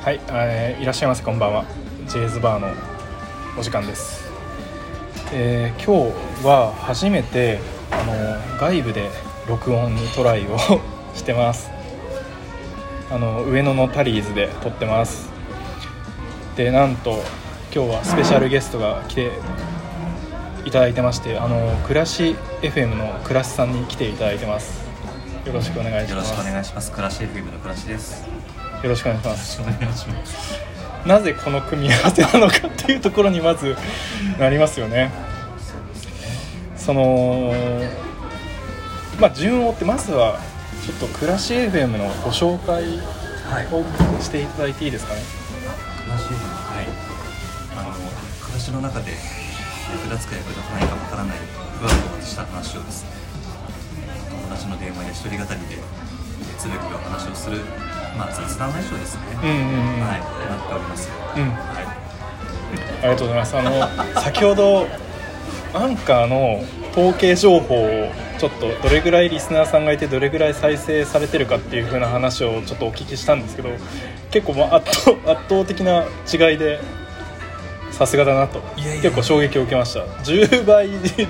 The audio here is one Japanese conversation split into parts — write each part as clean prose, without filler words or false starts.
はい、いらっしゃいませ。こんばんは。ジェイズバーのお時間です。今日は初めて外部で録音にトライをしてます。上野のタリーズで撮ってます。で、なんと今日はスペシャルゲストが来ていただいてまして、暮らし FM の暮らしさんに来ていただいてます。よろしくお願いします。 よろしくお願いします。暮らし FM の暮らしです。 よろしくお願いします。なぜこの組み合わせなのかっていうところにまずなりますよね。順を追って、まずはちょっと暮らし FM のご紹介をしていただいていいですかね。 暮らし FM、はい、暮らしの中で役立つか役立たないかわからないふわふわとした話をですね、友達の電話や一人語りでつべこべお話をする、雑談内容ですね。はい、なっております。はい、 ありがとうございます。先ほどアンカーの統計情報をちょっとどれぐらいリスナーさんがいてどれぐらい再生されてるかっていう風な話をちょっとお聞きしたんですけど、結構圧倒的な違いでさすがだなと結構衝撃を受けました。10倍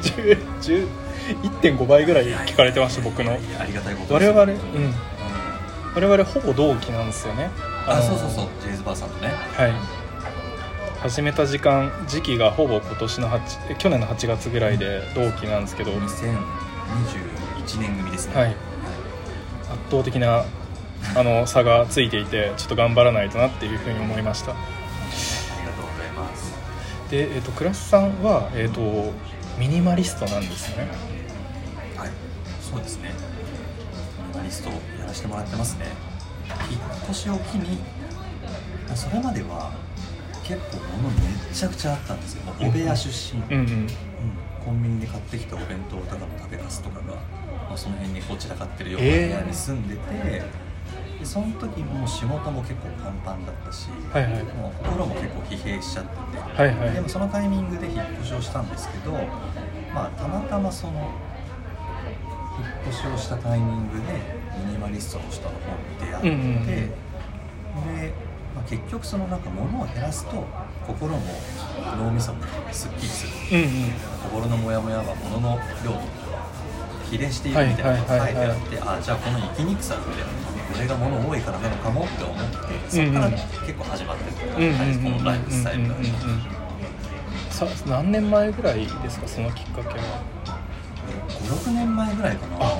1.5 倍ぐらい聞かれてました。僕のありがたいことです。 我々ほぼ同期なんですよね。 そうジェイズバーさんとね。 はい。始めた時期がほぼ去年の8月ぐらいで同期なんですけど、 2021年組ですね。 はい。圧倒的な差がついていて、ちょっと頑張らないとなっていうふうに思いました。ありがとうございます。 で、倉石さんはミニマリストなんですよね。 はい、そうですね。ミニマリストをやらせてもらってますね。引っ越しを機に、それまでは結構物めちゃくちゃあったんですよ。お部屋出身、コンビニで買ってきたお弁当とかの食べかすとかが、その辺にこちら買ってるような部屋に住んでて、でその時も仕事も結構パンパンだったし、もう心も結構疲弊しちゃってて、でもそのタイミングで引っ越しをしたんですけど、たまたまその引っ越しをしたタイミングでミニマリストの人の本に出会って、で結局その物を減らすと心も脳みそもすっきりする、心のモヤモヤは物の量と比例しているみたいなことが書いてあって、じゃあこの生きにくさって俺が物多いからなのかもって思って、そこから結構始まってるこのライフスタイルが。 何年前ぐらいですか、そのきっかけは。 5、6年前ぐらいかな。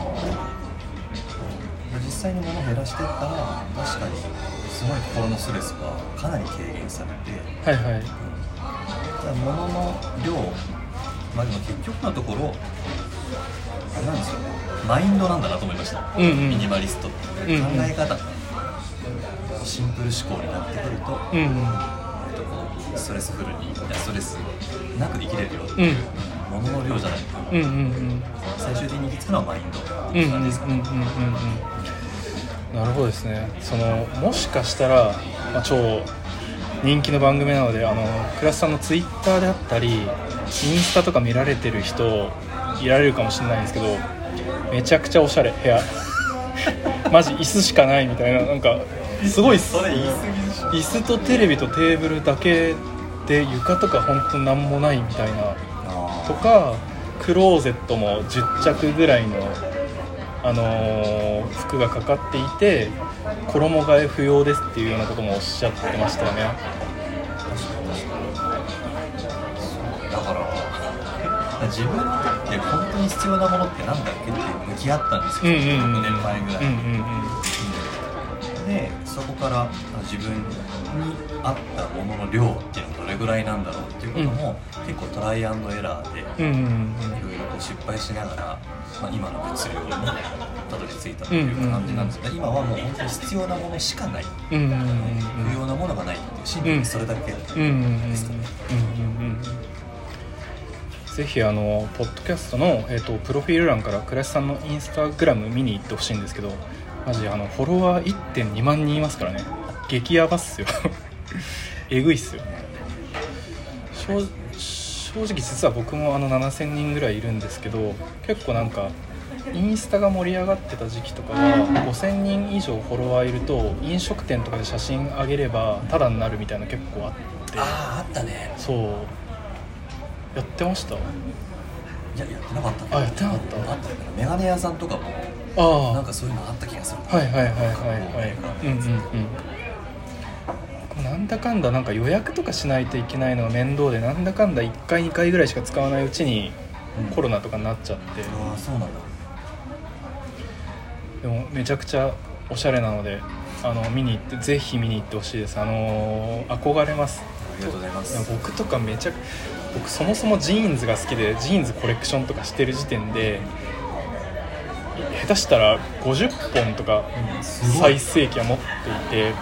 実際に物を減らしていったら確かにすごい心のストレスがかなり軽減されて、物の量、でも結局のところあれなんですよね、マインドなんだなと思いました。ミニマリストって考え方、シンプル思考になってくると、ストレスフルにストレスなく生きれるよっていう、物の量じゃないと、最終的に行き着くのはマインドっていう感じですかね。 なるほどですね。もしかしたら、超人気の番組なので倉石さんのツイッターであったりインスタとか見られてる人いられるかもしれないんですけど、めちゃくちゃおしゃれ部屋マジ椅子しかないみたいな、すごい椅子とテレビとテーブルだけで床とか本当なんもないみたいなとか、クローゼットも10着ぐらいの服がかかっていて衣替え不要ですっていうようなこともおっしゃってましたよね。 だから自分にとって本当に必要なものってなんだっけって向き合ったんですよ、6年前ぐらいで、そこから自分に合ったものの量っていうのはどれぐらいなんだろうっていうことも、結構トライアンドエラーでいろいろ失敗しながら、今の物量にたどり着いたっていう感じなんですけど、今はもう本当に必要なものしかない、不要なものがないっていう、シンプルにそれだけですかね。 ぜひポッドキャストの、プロフィール欄から倉石さんのインスタグラム見に行ってほしいんですけど、マジフォロワー 1.2 万人いますからね。激ヤバっすよえぐいっすよ。正直実は僕も7000人ぐらいいるんですけど、結構インスタが盛り上がってた時期とかは5000人以上フォロワーいると飲食店とかで写真あげればタダになるみたいな結構あって、 あったね。 そうやってました。 いや、やってなかったけど。 やってなかった。 あったけどメガネ屋さんとかもなんかそういうのあった気がする。 はいなんだかんだなんか予約とかしないといけないのが面倒で、なんだかんだ1回2回ぐらいしか使わないうちにコロナとかになっちゃって、 ああそうなんだ。 でもめちゃくちゃおしゃれなので見に行って、ぜひ見に行ってほしいです。憧れます。 ありがとうございます。 僕とか僕そもそもジーンズが好きで、ジーンズコレクションとかしてる時点で下手したら50本とか最盛期は持っていて、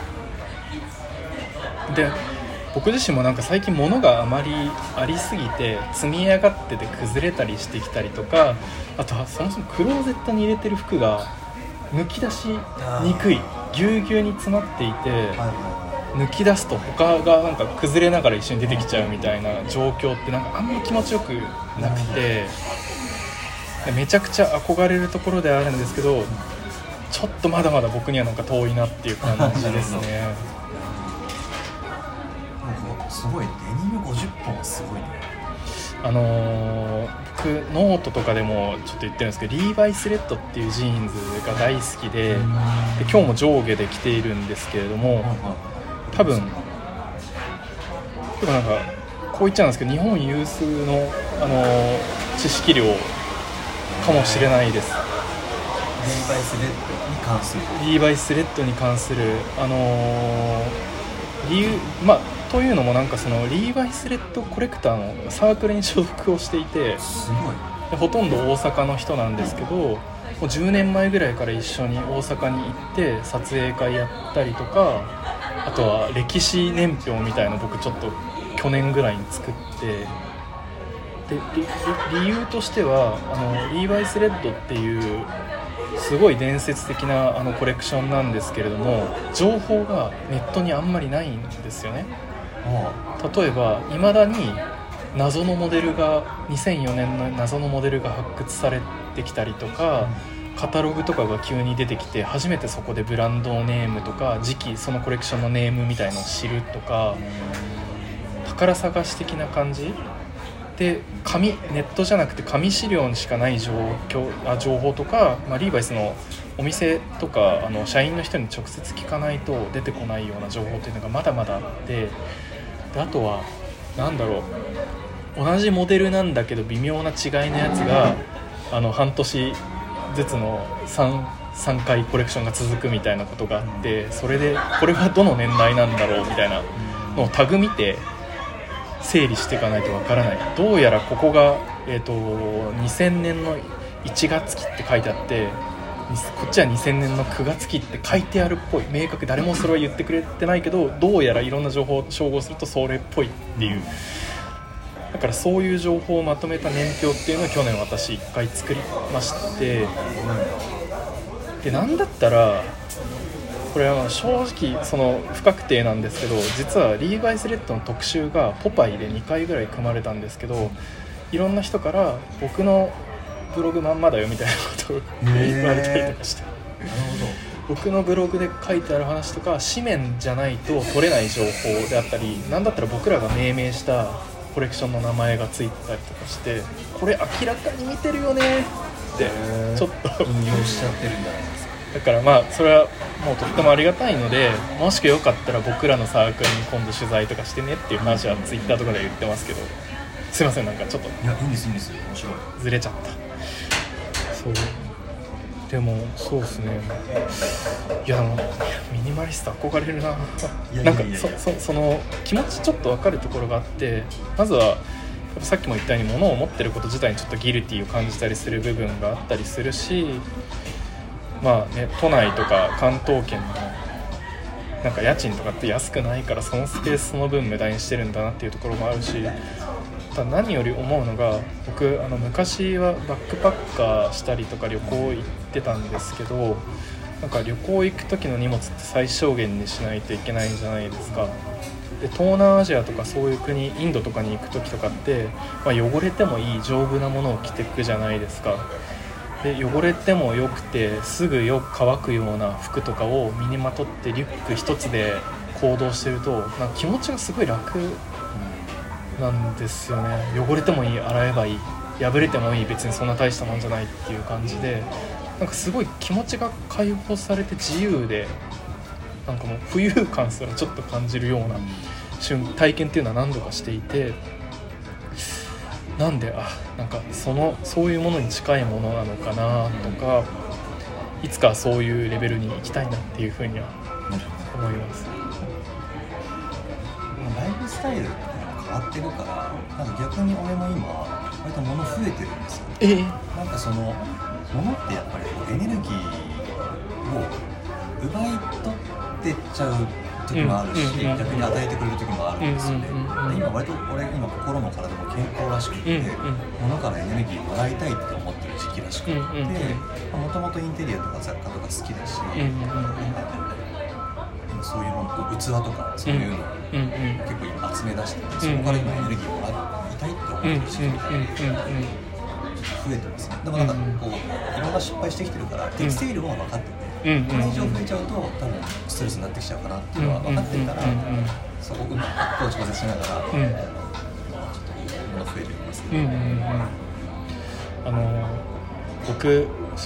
で僕自身もなんか最近物があまりありすぎて積み上がってて崩れたりしてきたりとか、あとはそもそもクローゼットに入れてる服が抜き出しにくい、ぎゅうぎゅうに詰まっていて、抜き出すと他がなんか崩れながら一緒に出てきちゃうみたいな状況ってなんかあんま気持ちよくなくて、めちゃくちゃ憧れるところではあるんですけど、ちょっとまだまだ僕にはなんか遠いなっていう感じですね。 すごい、デニム50本はすごいね。 僕ノートとかでもちょっと言ってるんですけど、リーバイスレッドっていうジーンズが大好きで、今日も上下で着ているんですけれども、多分なんかこう言っちゃうんですけど、日本有数の、知識量かもしれないです。 リーバイスレッドに関するリーバイスレッドに関する理由、というのもなんかそのリーバイスレッドコレクターのサークルに所属をしていて、 すごいほとんど大阪の人なんですけど、もう10年前ぐらいから一緒に大阪に行って撮影会やったりとか、あとは歴史年表みたいな僕ちょっと去年ぐらいに作って、で理由としてはリーバイスレッドっていうすごい伝説的なコレクションなんですけれども、情報がネットにあんまりないんですよね。例えば未だに謎のモデルが2004年の謎のモデルが発掘されてきたりとか、カタログとかが急に出てきて初めてそこでブランドネームとか時期、そのコレクションのネームみたいのを知るとか、宝探し的な感じで、ネットじゃなくて紙資料にしかない情報とか、リーバイスのお店とか社員の人に直接聞かないと出てこないような情報というのがまだまだあって、であとは同じモデルなんだけど微妙な違いのやつが半年ずつの3回コレクションが続くみたいなことがあって、それでこれはどの年代なんだろうみたいなのをタグ見て整理していかないとわからない。どうやらここが、2000年の1月期って書いてあって、こっちは2000年の9月期って書いてあるっぽい、明確、誰もそれは言ってくれてないけど、どうやらいろんな情報を照合するとそれっぽいっていう、だからそういう情報をまとめた年表っていうのを去年私1回作りまして、でなんだったらこれは正直その不確定なんですけど、実はリーバイスレッドの特集がポパイで2回ぐらい組まれたんですけど、いろんな人から僕のブログまんまだよみたいなことを言われたりとかして、僕のブログで書いてある話とか紙面じゃないと取れない情報であったり、なんだったら僕らが命名したコレクションの名前がついてたりとかして、これ明らかに見てるよねってちょっと引用しちゃってるんじゃないですか。 だからそれはもうとってもありがたいので、もしくはよかったら僕らのサークルに今度取材とかしてねっていう話はツイッターとかで言ってますけど、すいません、なんかちょっといやいいんです面白い、 ずれちゃった。そうでもそうですね、いやでもミニマリスト憧れるな。なんかその気持ちちょっと分かるところがあって、まずはさっきも言ったように物を持ってること自体にちょっとギルティを感じたりする部分があったりするし、都内とか関東圏のなんか家賃とかって安くないから、そのスペースその分無駄にしてるんだなっていうところもあるし、ただ何より思うのが、僕昔はバックパッカーしたりとか旅行行ってたんですけど、なんか旅行行く時の荷物って最小限にしないといけないじゃないですか。で東南アジアとかそういう国、インドとかに行く時とかって、汚れてもいい丈夫なものを着ていくじゃないですか。 で汚れてもよくてすぐよく乾くような服とかを身にまとってリュック一つで行動してるとなんか気持ちがすごい楽なんですよね。汚れてもいい、洗えばいい、破れてもいい、別にそんな大したもんじゃないっていう感じで、なんかすごい気持ちが解放されて自由で、なんかもう浮遊感すらちょっと感じるような体験っていうのは何度かしていて、なんでなんかそういうものに近いものなのかなとか、いつかそういうレベルに行きたいなっていうふうには思います。 ライフスタイルって変わってるから、なんか逆に俺も今割と物増えてるんですよ。なんかその物ってやっぱりエネルギーを奪い取ってっちゃう時もあるし、逆に与えてくれる時もあるんですよね。今割と俺心も体も健康らしくて、物からエネルギーもらいたいって思ってる時期らしくて、もともとインテリアとか雑貨とか好きだし、そういうもの、器とかそういうの結構今集め出してて、そこから今エネルギーをもらいたいって思ってる時期が増えてますね。でもなんかこういろんな失敗してきてるから、テクスタイルも分かってて、これ以上増えちゃうと多分ストレスになってきちゃうかなっていうのは分かってるから、そこをうまく調節しながら、ちょっと物増えてきますね。 僕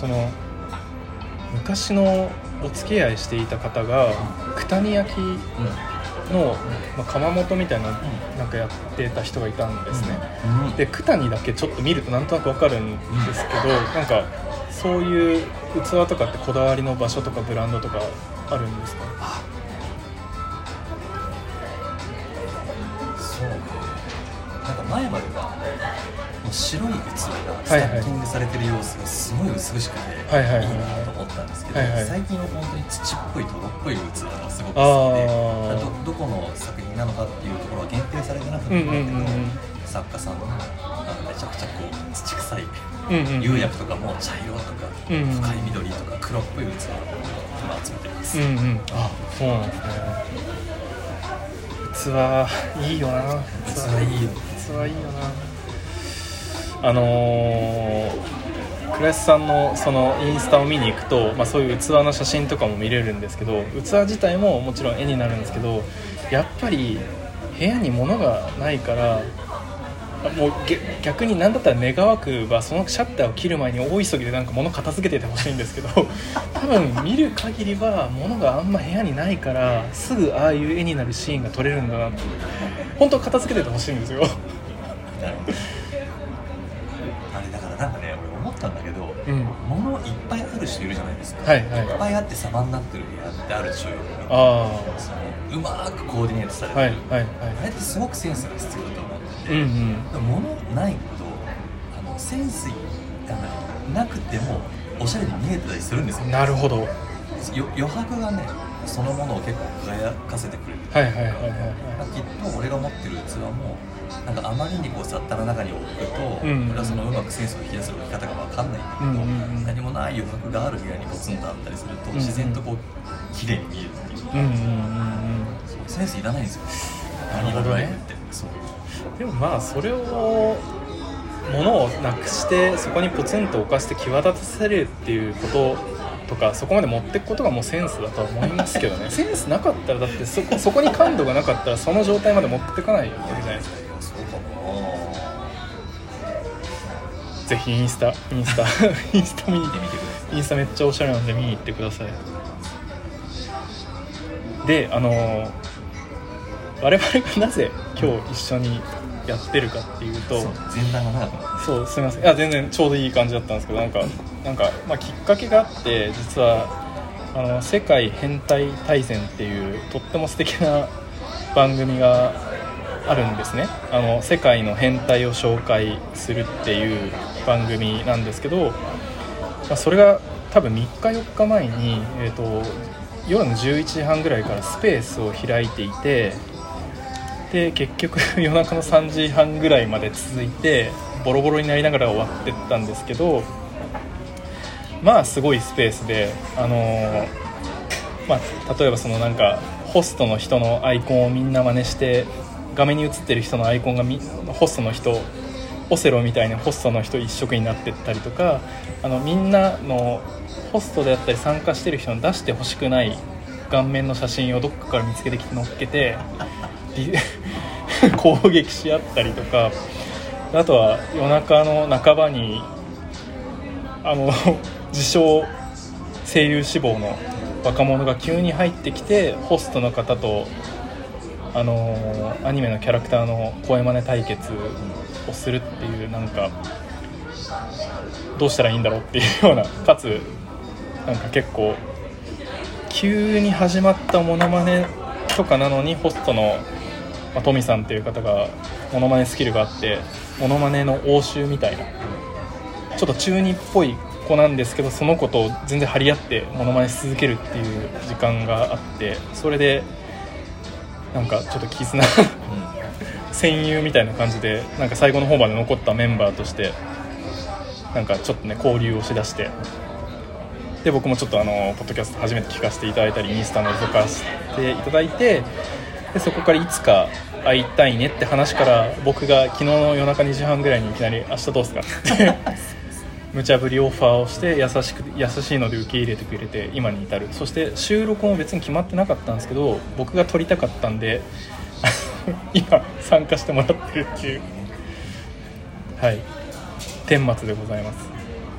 昔のお付き合いしていた方が九谷焼の、窯元みたいななんかやってた人がいたんですね。で九谷だけちょっと見るとなんとなく分かるんですけど、なんかそういう器とかってこだわりの場所とかブランドとかあるんですか？ そうね、なんか前まではもう白い器がスタッキングされてる様子がすごい美しくていいなと思ったんですけど、最近は本当に土っぽい泥っぽい器がすごく好きで、どこの作品なのかっていうところは限定されてなくてもいいんだけど、作家さんのめちゃくちゃこう土臭い釉薬とかも茶色とか深い緑とか黒っぽい器を今集めてます。 そうなんですね。器いいよな。 器いいよな。倉石さんのそのインスタを見に行くと、そういう器の写真とかも見れるんですけど、器自体ももちろん絵になるんですけど、やっぱり部屋に物がないから、もう逆に何だったら願わくばそのシャッターを切る前に大急ぎでなんか物片付けててほしいんですけど、多分見る限りは物があんま部屋にないからすぐああいう絵になるシーンが撮れるんだなって、本当片付けててほしいんですよ。 あれだからなんかね、俺思ったんだけど、物いっぱいある人いるじゃないですか。いっぱいあって様になってる部屋ってあるでしょうよ。うまくコーディネートされてる、あれってすごくセンスが必要だと思ってて、物ないとセンスがなくてもおしゃれに見えてたりするんですよ。 なるほど。 余白がね、そのものを結構輝かせてくれる。きっと俺が持ってる器もなんかあまりにこう雑多な中に置くと、俺はそのうまくセンスを引き出す置き方が分かんないんだけど、何もない余白がある部屋にポツンとあったりすると、自然とこう綺麗に見えるっていうか、センスいらないんですよ。 なるほどね。でもそれを物をなくしてそこにポツンと置かせて際立たせるっていうこととか、そこまで持っていくことがもうセンスだとは思いますけどね。センスなかったらだってそこに感度がなかったらその状態まで持っていかないわけじゃないですか。 そうかな。 ぜひインスタ見に行ってみてください。インスタめっちゃおしゃれなんで見に行ってください。で我々がなぜ今日一緒にやってるかっていうと、 前段が長くなって、 すみません、全然ちょうどいい感じだったんですけど、なんかきっかけがあって、実は世界変態大全っていうとっても素敵な番組があるんですね。世界の変態を紹介するっていう番組なんですけど、それが多分3日4日前に、夜の11時半ぐらいからスペースを開いていて、で結局夜中の3時半ぐらいまで続いてボロボロになりながら終わってったんですけど、すごいスペースで、例えばそのなんかホストの人のアイコンをみんな真似して、画面に映ってる人のアイコンがホストの人オセロみたいにホストの人一色になってったりとか、みんなのホストであったり参加してる人の出してほしくない顔面の写真をどっかから見つけてきて載っけて攻撃し合ったりとか、あとは夜中の半ばに自称声優志望の若者が急に入ってきてホストの方とアニメのキャラクターの声真似対決をするっていう、なんかどうしたらいいんだろうっていうような、かつなんか結構急に始まったモノマネとかなのにホストの、トミさんっていう方がモノマネスキルがあってモノマネの応酬みたいなちょっと中二っぽい子なんですけど、その子と全然張り合ってモノマネし続けるっていう時間があって、それでなんかちょっと絆戦友みたいな感じでなんか最後の方まで残ったメンバーとしてなんかちょっとね交流をしだして、で僕もちょっとポッドキャスト初めて聞かせていただいたりインスタの覗かせていただいて、でそこからいつか会いたいねって話から、僕が昨日の夜中2時半ぐらいにいきなり明日どうすかって無茶ぶりオファーをして優しいので受け入れてくれて今に至る。そして収録も別に決まってなかったんですけど、僕が撮りたかったんで今参加してもらってるっていう、はい顛末でございます。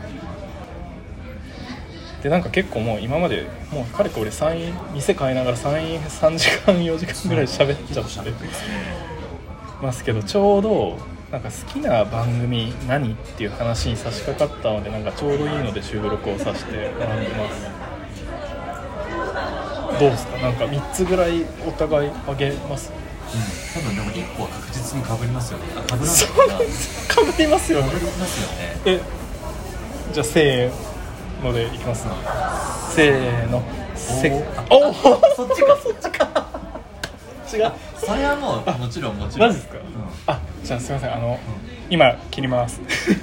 でなんか結構もう今までもうかれこれ店買いながら3時間4時間ぐらい喋っちゃってますけど、ちょうどなんか好きな番組何っていう話に差し掛かったので、なんかちょうどいいので収録をさせてもらってます。どうですか、なんか3つぐらいお互いあげます？ 多分でも1個は確実に被りますよね。被らない被りますよね。 被りますよね。 じゃあせーのでいきますね。せーの。 おそっちか違う。 それはもうもちろんマジですか？じゃあすいません、今切ります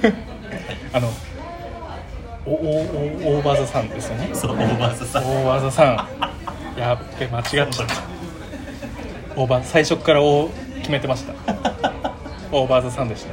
オーバーザさんですよね。 そう、オーバーザさん。 オーバーザさん、やっべ間違っちゃった。オーバー、最初から決めてましたオーバーザさんでした。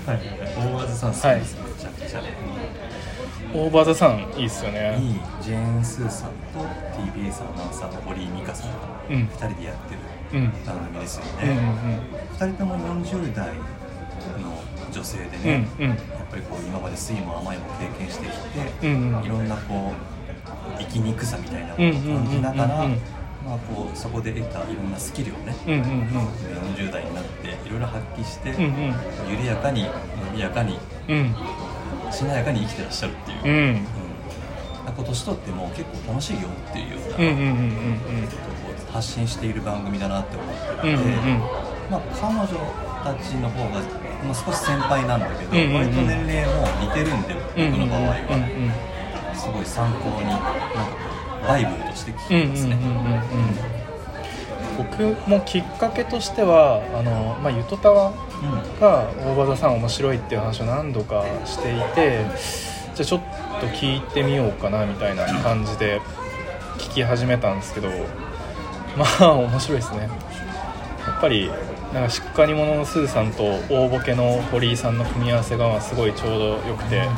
はい、オーバーザさん好きですね、めちゃくちゃ。 オーバーザさんいいっすよね。 いい。ジェーン・スーさんと TBS アナウンサーの堀井美香さんが2人でやってる番組ですよね。2人とも40代の女性でね、やっぱりこう今まで酸いも甘いも経験してきて、いろんなこう生きにくさみたいなものを感じながら、こうそこで得たいろんなスキルをね、40代になっていろいろ発揮して、緩やかに伸びやかに、しなやかに生きてらっしゃるっていう、年取っても結構楽しいよっていうようなことを発信している番組だなって思ってるので、彼女たちの方が、少し先輩なんだけど、割と年齢も似てるんで、僕の場合は、すごい参考になんかバイブルとして聞きますね。 僕もきっかけとしてはゆとたわが大場田さん面白いっていう話を何度かしていて、じゃあちょっと聞いてみようかなみたいな感じで聞き始めたんですけど、面白いですね。やっぱりなんかしっかり者のスーさんと大ボケの堀井さんの組み合わせがすごいちょうど良くて、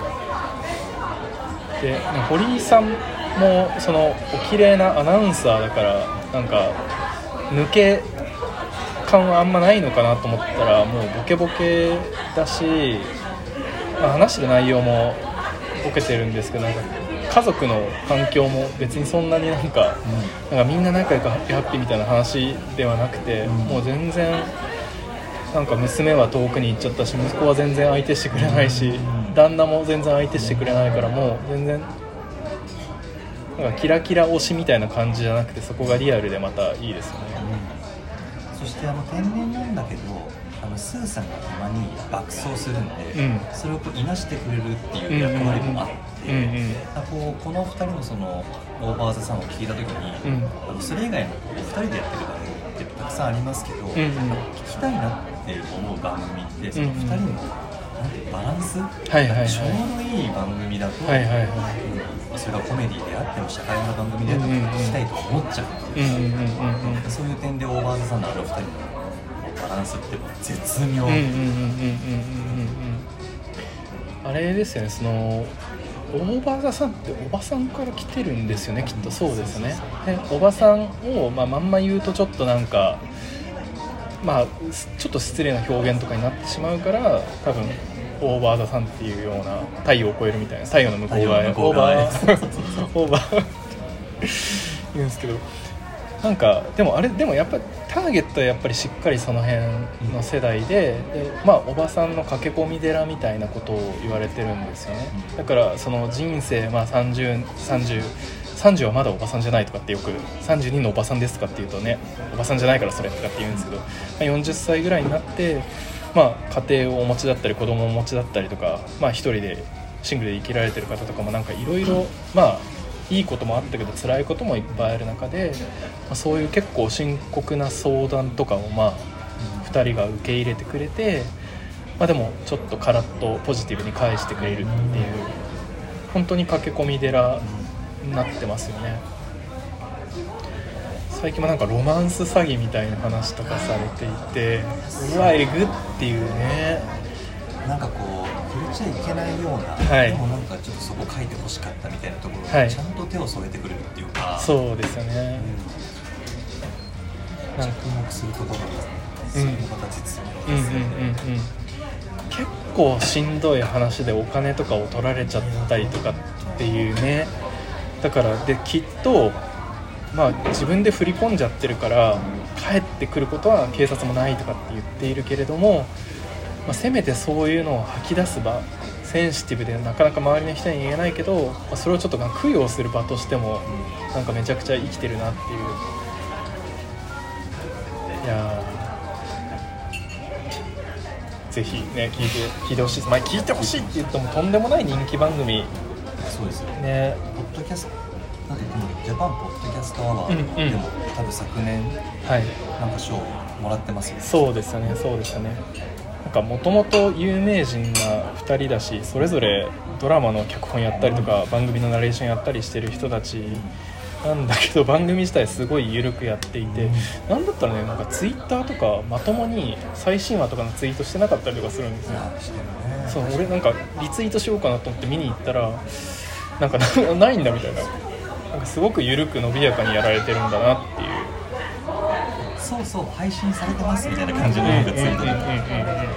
で堀井さんもそのお綺麗なアナウンサーだからなんか抜け感はあんまないのかなと思ったら、もうボケボケだし、話してる内容もボケてるんですけど、なんか家族の環境も別にそんなになんかみんな仲良くハッピーハッピーみたいな話ではなくて、もう全然なんか娘は遠くに行っちゃったし、息子は全然相手してくれないし、旦那も全然相手してくれないから、もう全然なんかキラキラ推しみたいな感じじゃなくて、そこがリアルでまたいいですよね。 そして天然なんだけどスーさんがたまに爆走するんで、それをこういなしてくれるっていう役割もあって、この2人のそのオーバーザさんを聞いた時に、それ以外の2人でやってる番組ってたくさんありますけど、聞きたいなって思う番組ってその2人のバランス、ちょうどいい番組だと、それがコメディであっても社会の番組であっても聞きたいと思っちゃうっていう、そういう点でオーバーザさんの2人のバランスってもう絶妙。 あれですよね、その大場田さんっておばさんから来てるんですよね、きっと。そうですね。でおばさんを、まんま言うとちょっとなんかちょっと失礼な表現とかになってしまうから、多分オーバー・ザ・サンっていうような、太陽を超えるみたいな、太陽の向こう側へオーバー言うんですけど、なんかでもやっぱりターゲットはやっぱりしっかりその辺の世代で、おばさんの駆け込み寺みたいなことを言われてるんですよね。だからその人生、30はまだおばさんじゃないとかってよく、32のおばさんですとかって言うとね、おばさんじゃないからそれとかって言うんですけど、40歳ぐらいになって、家庭をお持ちだったり子供をお持ちだったりとか、一人でシングルで生きられてる方とかもなんかいろいろいいこともあったけど辛いこともいっぱいある中で、そういう結構深刻な相談とかを2人が受け入れてくれて、でもちょっとカラッとポジティブに返してくれるっていう、本当に駆け込み寺になってますよね。最近もなんかロマンス詐欺みたいな話とかされていて、うわえぐっていうね、 なんかこう触れちゃいけないような、でもなんかちょっとそこ書いてほしかったみたいなところにちゃんと手を添えてくれるっていうか、 そうですよね、 着目するところがそれもまた実妙ですよね。 結構しんどい話でお金とかを取られちゃったりとかっていうね。だからできっと自分で振り込んじゃってるから帰ってくることは警察もないとかって言っているけれども、せめてそういうのを吐き出す場、センシティブでなかなか周りの人に言えないけど、それをちょっと供養する場としてもなんかめちゃくちゃ生きてるなっていう。いやぜひね聞いてほしいです。聞いてほしいって言ってもとんでもない人気番組。 そうですよね。 ポッドキャストジャパンポッドキャストアワーでも、多分昨年なんか賞をもらってますよね。 そうですよね。なんかもともと有名人な2人だし、それぞれドラマの脚本やったりとか、番組のナレーションやったりしてる人たちなんだけど、番組自体すごい緩くやっていて、なんだったらね、なんかツイッターとかまともに最新話とかのツイートしてなかったりとかするんですよ。そう、俺なんかリツイートしようかなと思って見に行ったらなんかないんだみたいな。なんかすごく緩く伸びやかにやられてるんだなっていう。 そう配信されてますみたいな感じのなんかツイートとか面白いね。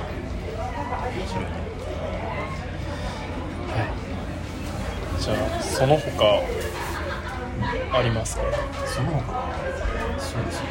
じゃあその他ありますか？ その他はそうですね、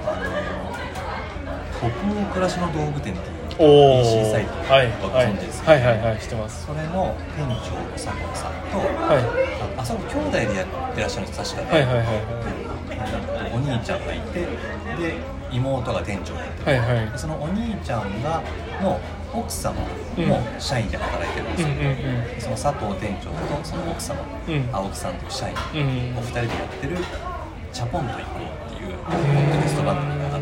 北欧暮らしの道具店っていう EC サイトをご存知ですか？ はい知ってます。 それの店長佐藤さんと、あそこ兄弟でやってらっしゃるんです確かね。お兄ちゃんがいて、で妹が店長をやってる、でそのお兄ちゃんの奥様も社員で働いてるんですよ、その佐藤店長とその奥様、青木さんという社員、お二人でやってるチャポンと行こうっていうポッドキャスト番組があって、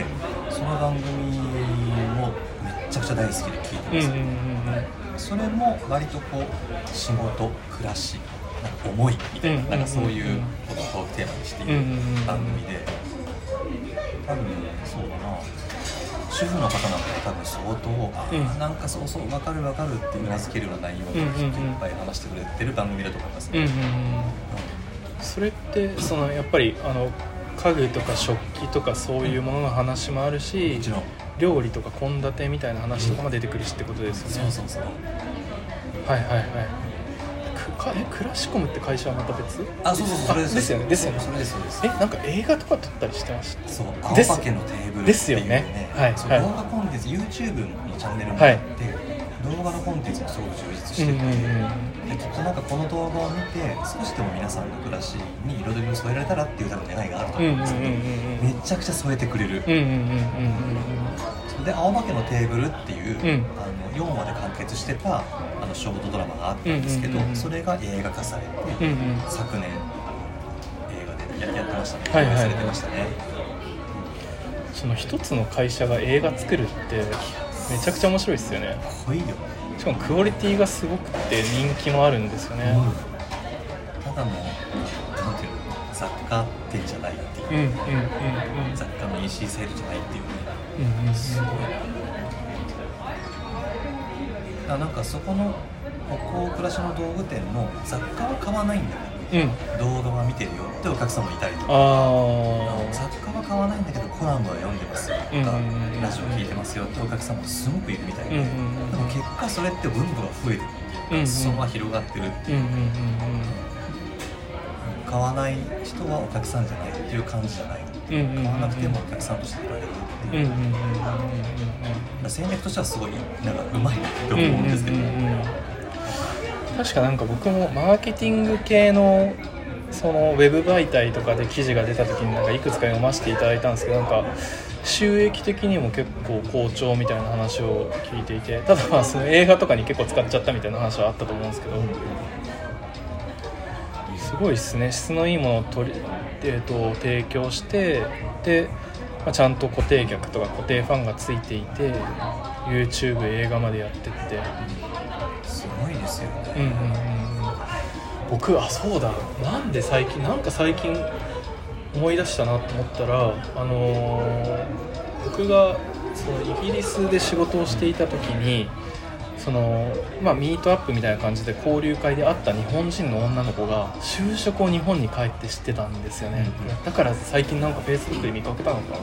その番組もめっちゃくちゃ大好きで聞いてます、それも割とこう仕事、暮らし、なんか思いみたいな、なんかそういうことをテーマにしている番組で、多分そうだな、主婦の方なんか多分相当、なんかそう分かるってうなずけるような内容をいっぱい話してくれてる番組だと思いますね。 それってそのやっぱり家具とか食器とかそういうものの話もあるし、料理とか献立みたいな話とかも出てくるしってことですよね。 そうクラシコムって会社はまた別？ そうそれですよね。 それです。 なんか映画とか撮ったりしてました？ そう、青化けのテーブルっていうね、動画コンテンツ YouTube のチャンネルもあって、動画のコンテンツもすごく充実してて、きっとなんかこの動画を見て少しでも皆さんの暮らしに彩りを添えられたらっていう多分願いがあると思うんですけど、めちゃくちゃ添えてくれる。で、青化けのテーブルっていう、4話で完結してたショートドラマがあったんですけど、それが映画化されて、昨年映画でやってましたね。されてましたね。 その一つの会社が映画作るってめちゃくちゃ面白いですよね。 濃いよ。 しかもクオリティがすごくて人気もあるんですよね。 ただのなんていうの、雑貨店じゃないっていう、雑貨の EC サイトじゃないっていうね。 うんうん、 すごいなんかそこの歩行暮らしの道具店の雑貨は買わないんだけど、動画は見てるよってお客さんもいたりとか、雑貨は買わないんだけどコラムは読んでますよとか、ラジオ聞いてますよってお客さんもすごくいるみたいで、でも結果それって分母が増えてるっていうか、裾が広がってるっていう、買わない人はお客さんじゃないっていう感じじゃない、買わなくてもお客さんとしていられるっていう、戦略としてはすごいなんかうまいなって思うんですけど、 確かなんか僕もマーケティング系のそのウェブ媒体とかで記事が出た時になんかいくつか読ませていただいたんですけど、なんか収益的にも結構好調みたいな話を聞いていて、ただまあその映画とかに結構使っちゃったみたいな話はあったと思うんですけど、すごいですね。質のいいものを提供してで、ちゃんと固定客とか固定ファンがついていて YouTube 映画までやってってすごいですよね。 僕そうだ、なんか最近思い出したなと思ったら、僕がそのイギリスで仕事をしていた時にその、ミートアップみたいな感じで交流会で会った日本人の女の子が就職を日本に帰って知ってたんですよね。だから最近なんか Facebook で見かけたのかな。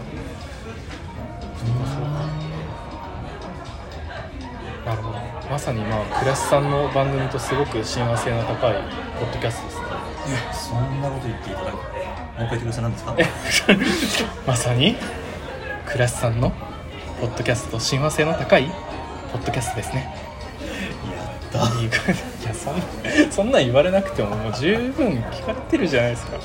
なるほど。まさにクラスさんの番組とすごく親和性の高いポッドキャストですね。 そんなこと言っていただく、もう一回言ってください。何ですか？ まさにクラスさんのポッドキャストと親和性の高いポッドキャストですね。 やった。 いやそんなん言われなくてももう十分聞かれてるじゃないですか。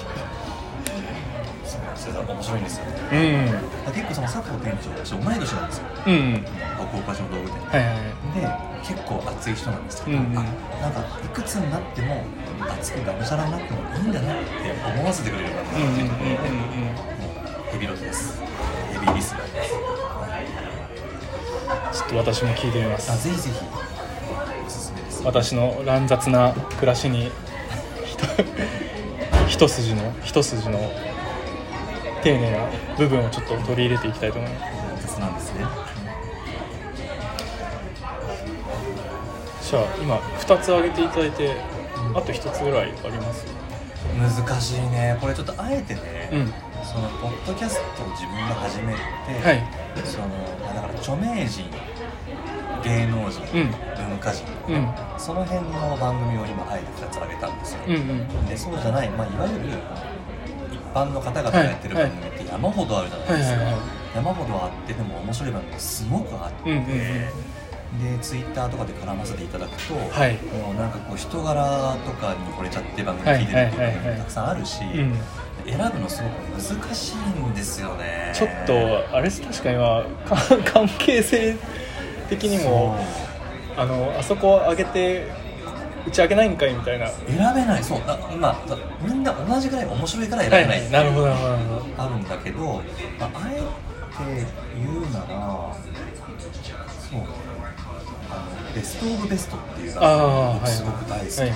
それ面白いんですよね。結構その佐藤店長同い年なんですよ。歩行暮らしの道具店、で結構熱い人なんですけど、なんかいくつになっても熱くがむしゃらになってもいいんだなって思わせてくれるような感じで、ヘビロテです。ヘビーリスナーです。 ちょっと私も聞いてみます。 ぜひぜひおすすめです。 私の乱雑な暮らしに一筋の丁寧な部分をちょっと取り入れていきたいと思います。 乱雑なんですね。 じゃあ今2つ挙げていただいて、あと1つぐらいあります？ 難しいね。これちょっとあえてね、そのポッドキャストを自分が始めて、そのだから著名人、芸能人、文化人、その辺の番組を今あえて2つ挙げたんですよ。でそうじゃない、いわゆる一般の方々がやってる番組って山ほどあるじゃないですか。山ほどあってでも面白い番組すごくあって、でツイッターとかで絡ませていただくと、もうなんかこう人柄とかに惚れちゃって番組聞いてるっていう番組もたくさんあるし、選ぶのすごく難しいんですよね。 ちょっとあれです。確かに関係性的にもあそこ上げてうち上げないんかいみたいな、 選べない。そうみんな同じぐらい面白いから選べない、 なるほどあるんだけど、あえて言うならそうベストオブベストっていうのが僕すごく大好きで、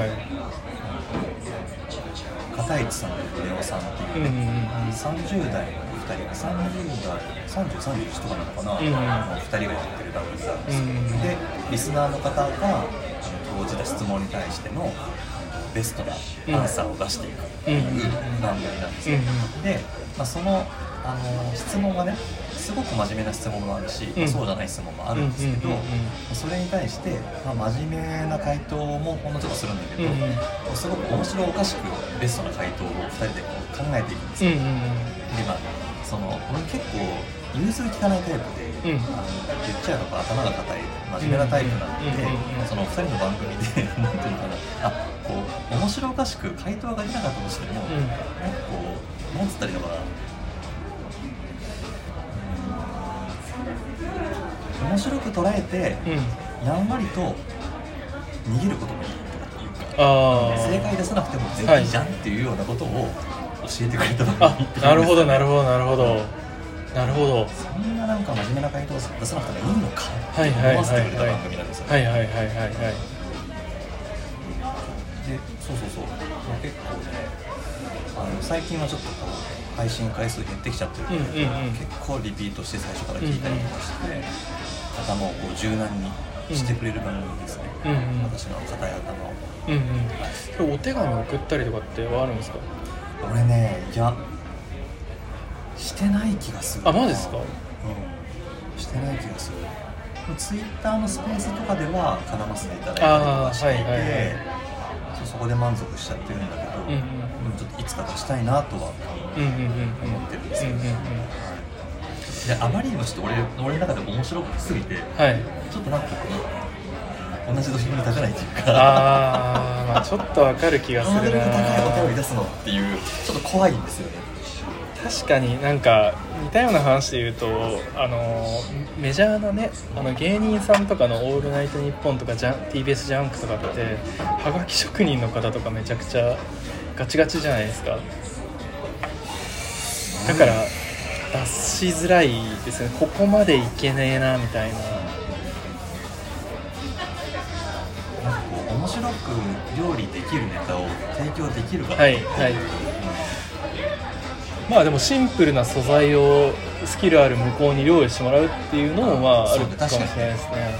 片市さんと宗男さんっていう、30代の2人が3031とかなのかな、2人がやってる番組なんですよ。でリスナーの方が投じた質問に対してのベストなアンサーを出していくっていう番組なんですよ。で、その質問がねすごく真面目な質問もあるし、そうじゃない質問もあるんですけど、それに対して、真面目な回答もほんのちょっとするんだけど、すごく面白おかしくベストな回答を2人で考えていくんですよ。でその俺結構融通きかないタイプで、言っちゃえば頭が硬い真面目なタイプなんで、その2人の番組でなんていうのかな、こう面白おかしく回答が出なかったとしても、なんかこうなんつったらいいのかな、面白く捉えて、やんわりと逃げることもいいというか、正解出さなくても全然いいじゃんっていうようなことを教えてくれた番組っていう。 なるほどそんななんか真面目な回答を出さなくてもいいのかって思わせてくれた番組なんですよ。 そう結構ね最近はちょっとこう配信回数減ってきちゃってるんで、結構リピートして最初から聞いたりとかして、頭をこう柔軟にしてくれる番組ですね、私の硬い頭を、 お手紙送ったりとかってはあるんですか？ 俺ね、いやしてない気がする。 あ、マジですか？ してない気がする。ツイッターのスペースとかでは絡ませていただいたりとかしていて、そこで満足しちゃってるんだけど、でもちょっといつか出したいなとは思ってるんですよね。であまりにもちょっと俺の中で面白すぎて、ちょっとなんか同じ土俵に立てないっていうか、 まあちょっとわかる気がするな。 高いお手を出すのっていうちょっと怖いんですよね。 確かになんか似たような話で言うとメジャーなね芸人さんとかのオールナイトニッポンとかTBS ジャンクとかってはがき職人の方とかめちゃくちゃガチガチじゃないですか。だから出しづらいですね。ここまでいけねえなみたいな。 なんかこう面白く料理できるネタを提供できるかって、 まあでもシンプルな素材をスキルある向こうに料理してもらうっていうのもまああるかもしれないですね。 確かに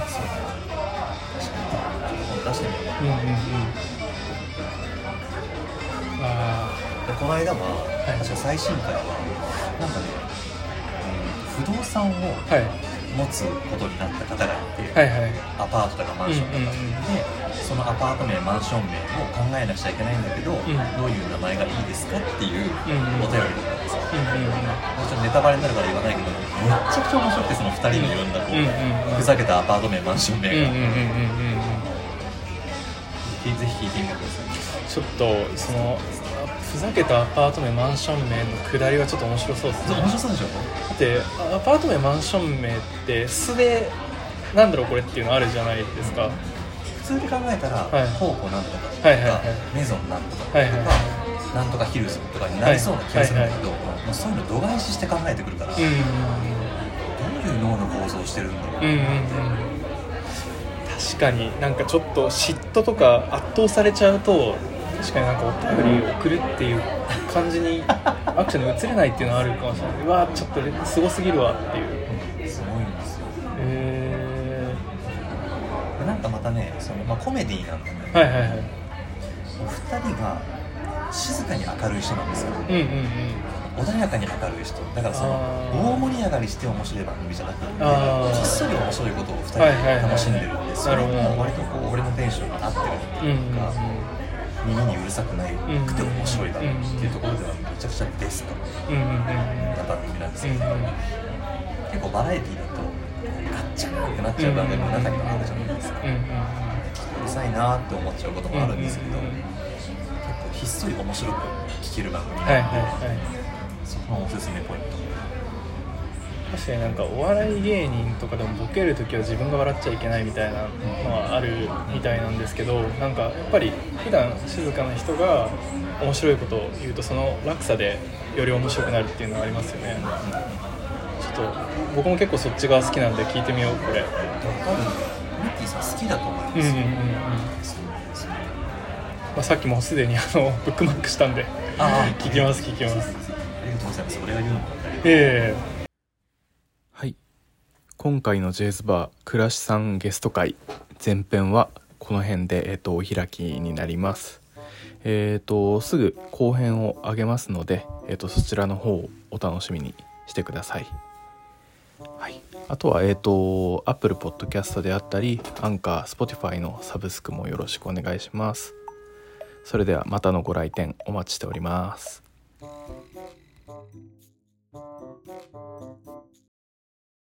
出してみよう。この間は、確か最新回はなんかね、不動産を持つことになった方がいて、アパートとかマンションとかで、そのアパート名マンション名を考えなくちゃいけないんだけど、どういう名前がいいですかっていうお便りだったんですよ。もちろんネタバレになるから言わないけど、めっちゃくちゃ面白くて、その2人のいろんなこうふざけたアパート名マンション名が、ぜひ聞いてみてください。 ちょっとそのふざけたアパート名マンション名の下りはちょっと面白そうですね。 面白そうでしょ。 だってアパート名マンション名って素でなんだろうこれっていうのあるじゃないですか。 普通に考えたら、コーポなんとかとか、メゾンなんとかとか、なんとかヒルズとかになりそうな気がするんだけど、そういうの度外視して考えてくるから、どういう脳の構造をしてるんだろう。 確かになんかちょっと嫉妬とか圧倒されちゃうと、確かになんかお便りを送るっていう感じにアクションに移れないっていうのはあるかもしれない。うわちょっとすごすぎるわっていう。 すごいんですよ。なんかまたね、コメディーなんだけど、お二人が静かに明るい人なんですよ。穏やかに明るい人だから、大盛り上がりして面白い番組じゃなくて、ひっそり面白いことを二人で楽しんでるんで、それも割とこう俺のテンションに合ってるっていうか、耳にうるさくないくて面白い番組っていうところではめちゃくちゃベストな番組なんですけど、結構バラエティーだとガッチャンってなっちゃう番組の中にはあるじゃないですか。うるさいなって思っちゃうこともあるんですけど、結構ひっそり面白く聞ける番組なんで、そこのおすすめポイント。 確かになんかお笑い芸人とかでもボケるときは自分が笑っちゃいけないみたいなのはあるみたいなんですけど、なんかやっぱり普段静かな人が面白いことを言うと、その落差でより面白くなるっていうのはありますよね。ちょっと僕も結構そっち側好きなんで聞いてみようこれ。 ミッキーさん好きだと思いますよ。 さっきもすでにブックマークしたんで聞きます。 ありがとうございます。俺が言うのもはい、今回のジェイズバー倉石さんゲスト会前編はこの辺で、お開きになります。すぐ後編を上げますので、そちらの方をお楽しみにしてください。はい、あとはApple Podcast であったりアンカー、Spotify のサブスクもよろしくお願いします。それではまたのご来店お待ちしております。